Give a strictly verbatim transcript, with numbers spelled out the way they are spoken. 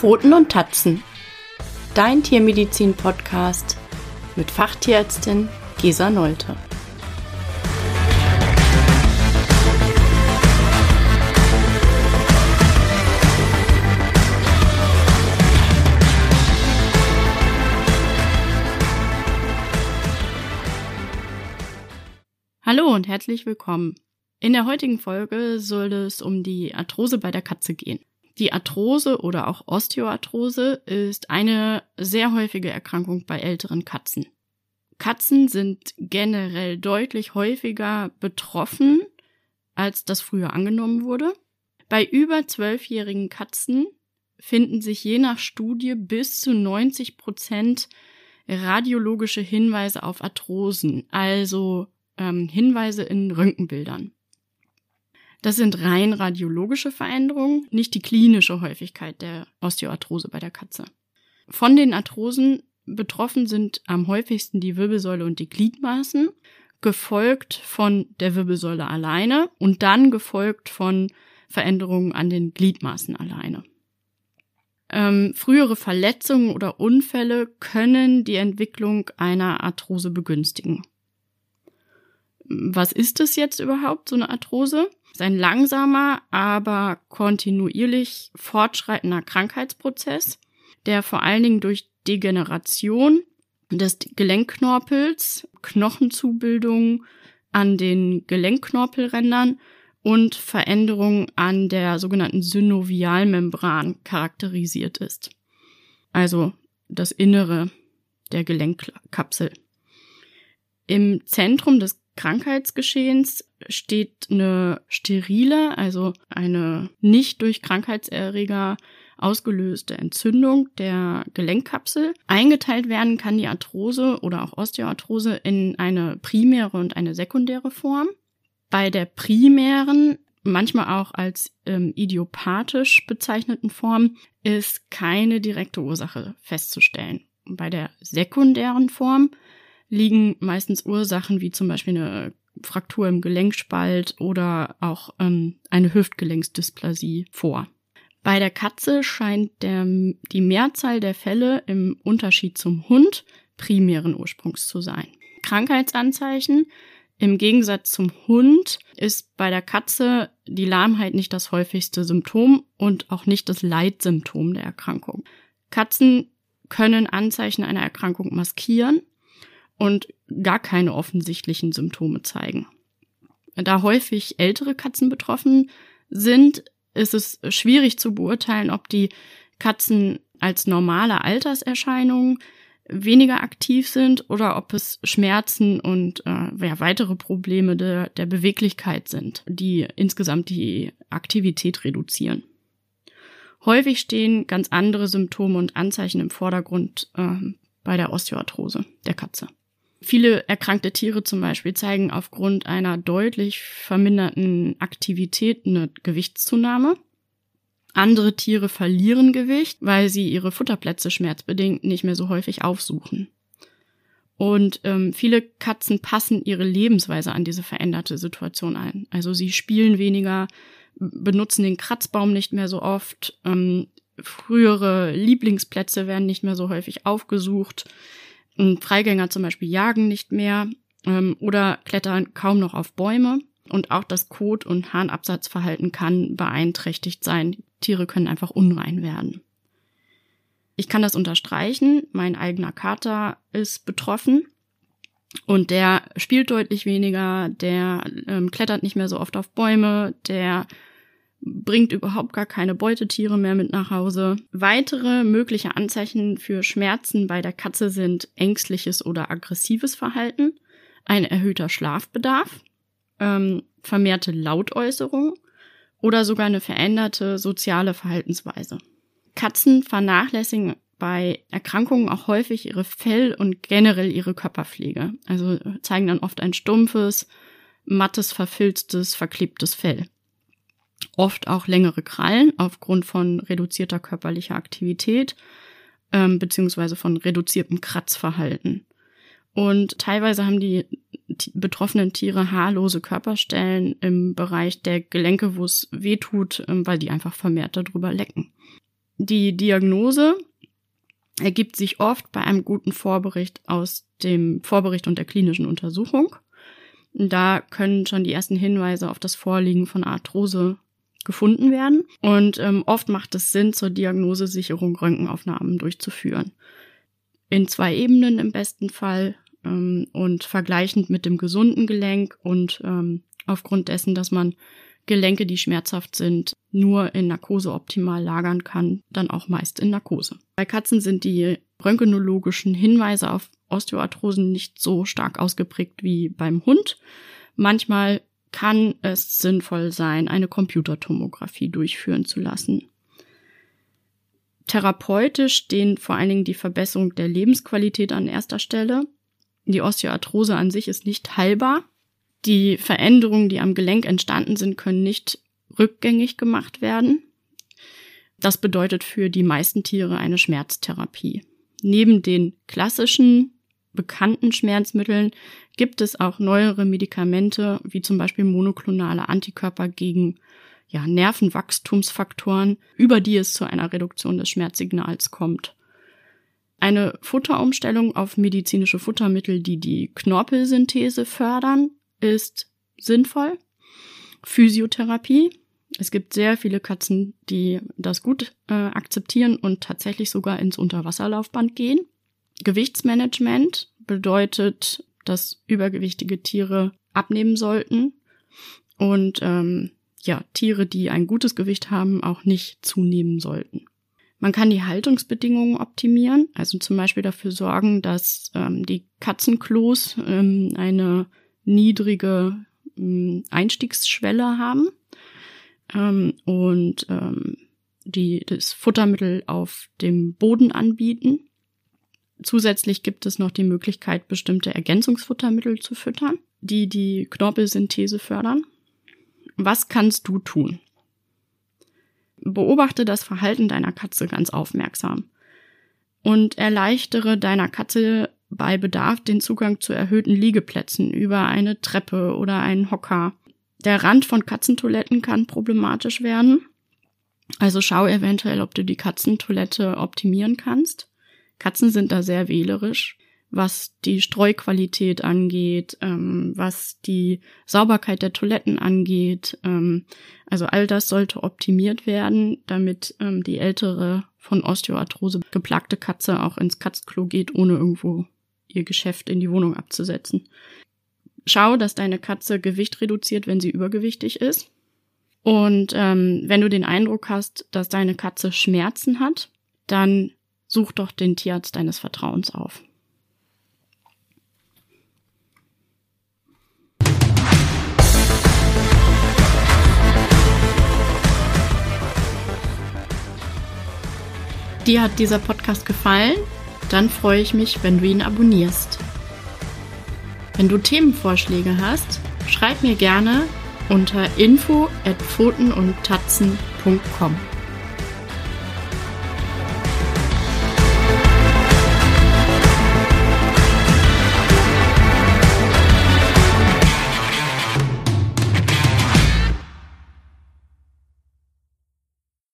Pfoten und Tatzen, dein Tiermedizin-Podcast mit Fachtierärztin Gesa Nolte. Hallo und herzlich willkommen. In der heutigen Folge soll es um die Arthrose bei der Katze gehen. Die Arthrose oder auch Osteoarthrose ist eine sehr häufige Erkrankung bei älteren Katzen. Katzen sind generell deutlich häufiger betroffen, als das früher angenommen wurde. Bei über zwölfjährigen Katzen finden sich je nach Studie bis zu neunzig Prozent radiologische Hinweise auf Arthrosen, also ähm, Hinweise in Röntgenbildern. Das sind rein radiologische Veränderungen, nicht die klinische Häufigkeit der Osteoarthrose bei der Katze. Von den Arthrosen betroffen sind am häufigsten die Wirbelsäule und die Gliedmaßen, gefolgt von der Wirbelsäule alleine und dann gefolgt von Veränderungen an den Gliedmaßen alleine. Ähm, frühere Verletzungen oder Unfälle können die Entwicklung einer Arthrose begünstigen. Was ist es jetzt überhaupt, so eine Arthrose? Es ist ein langsamer, aber kontinuierlich fortschreitender Krankheitsprozess, der vor allen Dingen durch Degeneration des Gelenkknorpels, Knochenzubildung an den Gelenkknorpelrändern und Veränderungen an der sogenannten Synovialmembran charakterisiert ist. Also das Innere der Gelenkkapsel. Im Zentrum des Krankheitsgeschehens steht eine sterile, also eine nicht durch Krankheitserreger ausgelöste Entzündung der Gelenkkapsel. Eingeteilt werden kann die Arthrose oder auch Osteoarthrose in eine primäre und eine sekundäre Form. Bei der primären, manchmal auch als ähm, idiopathisch bezeichneten Form, ist keine direkte Ursache festzustellen. Bei der sekundären Form liegen meistens Ursachen wie zum Beispiel eine Fraktur im Gelenkspalt oder auch ähm, eine Hüftgelenksdysplasie vor. Bei der Katze scheint der, die Mehrzahl der Fälle im Unterschied zum Hund primären Ursprungs zu sein. Krankheitsanzeichen: Im Gegensatz zum Hund ist bei der Katze die Lahmheit nicht das häufigste Symptom und auch nicht das Leitsymptom der Erkrankung. Katzen können Anzeichen einer Erkrankung maskieren und gar keine offensichtlichen Symptome zeigen. Da häufig ältere Katzen betroffen sind, ist es schwierig zu beurteilen, ob die Katzen als normale Alterserscheinungen weniger aktiv sind oder ob es Schmerzen und äh, ja, weitere Probleme de, der Beweglichkeit sind, die insgesamt die Aktivität reduzieren. Häufig stehen ganz andere Symptome und Anzeichen im Vordergrund äh, bei der Osteoarthrose der Katze. Viele erkrankte Tiere zum Beispiel zeigen aufgrund einer deutlich verminderten Aktivität eine Gewichtszunahme. Andere Tiere verlieren Gewicht, weil sie ihre Futterplätze schmerzbedingt nicht mehr so häufig aufsuchen. Und ähm, viele Katzen passen ihre Lebensweise an diese veränderte Situation ein. Also sie spielen weniger, benutzen den Kratzbaum nicht mehr so oft, ähm, frühere Lieblingsplätze werden nicht mehr so häufig aufgesucht. Freigänger zum Beispiel jagen nicht mehr ähm, oder klettern kaum noch auf Bäume. Und auch das Kot- und Harnabsatzverhalten kann beeinträchtigt sein. Tiere können einfach unrein werden. Ich kann das unterstreichen. Mein eigener Kater ist betroffen und der spielt deutlich weniger, der ähm, klettert nicht mehr so oft auf Bäume, der bringt überhaupt gar keine Beutetiere mehr mit nach Hause. Weitere mögliche Anzeichen für Schmerzen bei der Katze sind ängstliches oder aggressives Verhalten, ein erhöhter Schlafbedarf, ähm, vermehrte Lautäußerung oder sogar eine veränderte soziale Verhaltensweise. Katzen vernachlässigen bei Erkrankungen auch häufig ihre Fell- und generell ihre Körperpflege. Also zeigen dann oft ein stumpfes, mattes, verfilztes, verklebtes Fell. Oft auch längere Krallen aufgrund von reduzierter körperlicher Aktivität ähm, beziehungsweise von reduziertem Kratzverhalten. Und teilweise haben die t- betroffenen Tiere haarlose Körperstellen im Bereich der Gelenke, wo es weh tut, ähm, weil die einfach vermehrt darüber lecken. Die Diagnose ergibt sich oft bei einem guten Vorbericht aus dem Vorbericht und der klinischen Untersuchung. Da können schon die ersten Hinweise auf das Vorliegen von Arthrose gefunden werden. Und ähm, oft macht es Sinn, zur Diagnosesicherung Röntgenaufnahmen durchzuführen. In zwei Ebenen im besten Fall ähm, und vergleichend mit dem gesunden Gelenk und ähm, aufgrund dessen, dass man Gelenke, die schmerzhaft sind, nur in Narkose optimal lagern kann, dann auch meist in Narkose. Bei Katzen sind die röntgenologischen Hinweise auf Osteoarthrosen nicht so stark ausgeprägt wie beim Hund. Manchmal kann es sinnvoll sein, eine Computertomographie durchführen zu lassen. Therapeutisch stehen vor allen Dingen die Verbesserung der Lebensqualität an erster Stelle. Die Osteoarthrose an sich ist nicht heilbar. Die Veränderungen, die am Gelenk entstanden sind, können nicht rückgängig gemacht werden. Das bedeutet für die meisten Tiere eine Schmerztherapie. Neben den klassischen, bekannten Schmerzmitteln gibt es auch neuere Medikamente, wie zum Beispiel monoklonale Antikörper gegen ja, Nervenwachstumsfaktoren, über die es zu einer Reduktion des Schmerzsignals kommt. Eine Futterumstellung auf medizinische Futtermittel, die die Knorpelsynthese fördern, ist sinnvoll. Physiotherapie. Es gibt sehr viele Katzen, die das gut äh, akzeptieren und tatsächlich sogar ins Unterwasserlaufband gehen. Gewichtsmanagement bedeutet, dass übergewichtige Tiere abnehmen sollten und ähm, ja, Tiere, die ein gutes Gewicht haben, auch nicht zunehmen sollten. Man kann die Haltungsbedingungen optimieren, also zum Beispiel dafür sorgen, dass ähm, die Katzenklos ähm, eine niedrige ähm, Einstiegsschwelle haben ähm, und ähm, die das Futtermittel auf dem Boden anbieten. Zusätzlich gibt es noch die Möglichkeit, bestimmte Ergänzungsfuttermittel zu füttern, die die Knorpelsynthese fördern. Was kannst du tun? Beobachte das Verhalten deiner Katze ganz aufmerksam und erleichtere deiner Katze bei Bedarf den Zugang zu erhöhten Liegeplätzen über eine Treppe oder einen Hocker. Der Rand von Katzentoiletten kann problematisch werden, also schau eventuell, ob du die Katzentoilette optimieren kannst. Katzen sind da sehr wählerisch, was die Streuqualität angeht, ähm, was die Sauberkeit der Toiletten angeht. Ähm, also all das sollte optimiert werden, damit ähm, die ältere, von Osteoarthrose geplagte Katze auch ins Katzenklo geht, ohne irgendwo ihr Geschäft in die Wohnung abzusetzen. Schau, dass deine Katze Gewicht reduziert, wenn sie übergewichtig ist. Und ähm, wenn du den Eindruck hast, dass deine Katze Schmerzen hat, dann such doch den Tierarzt deines Vertrauens auf. Dir hat dieser Podcast gefallen? Dann freue ich mich, wenn du ihn abonnierst. Wenn du Themenvorschläge hast, schreib mir gerne unter info at pfoten und tatzen punkt com.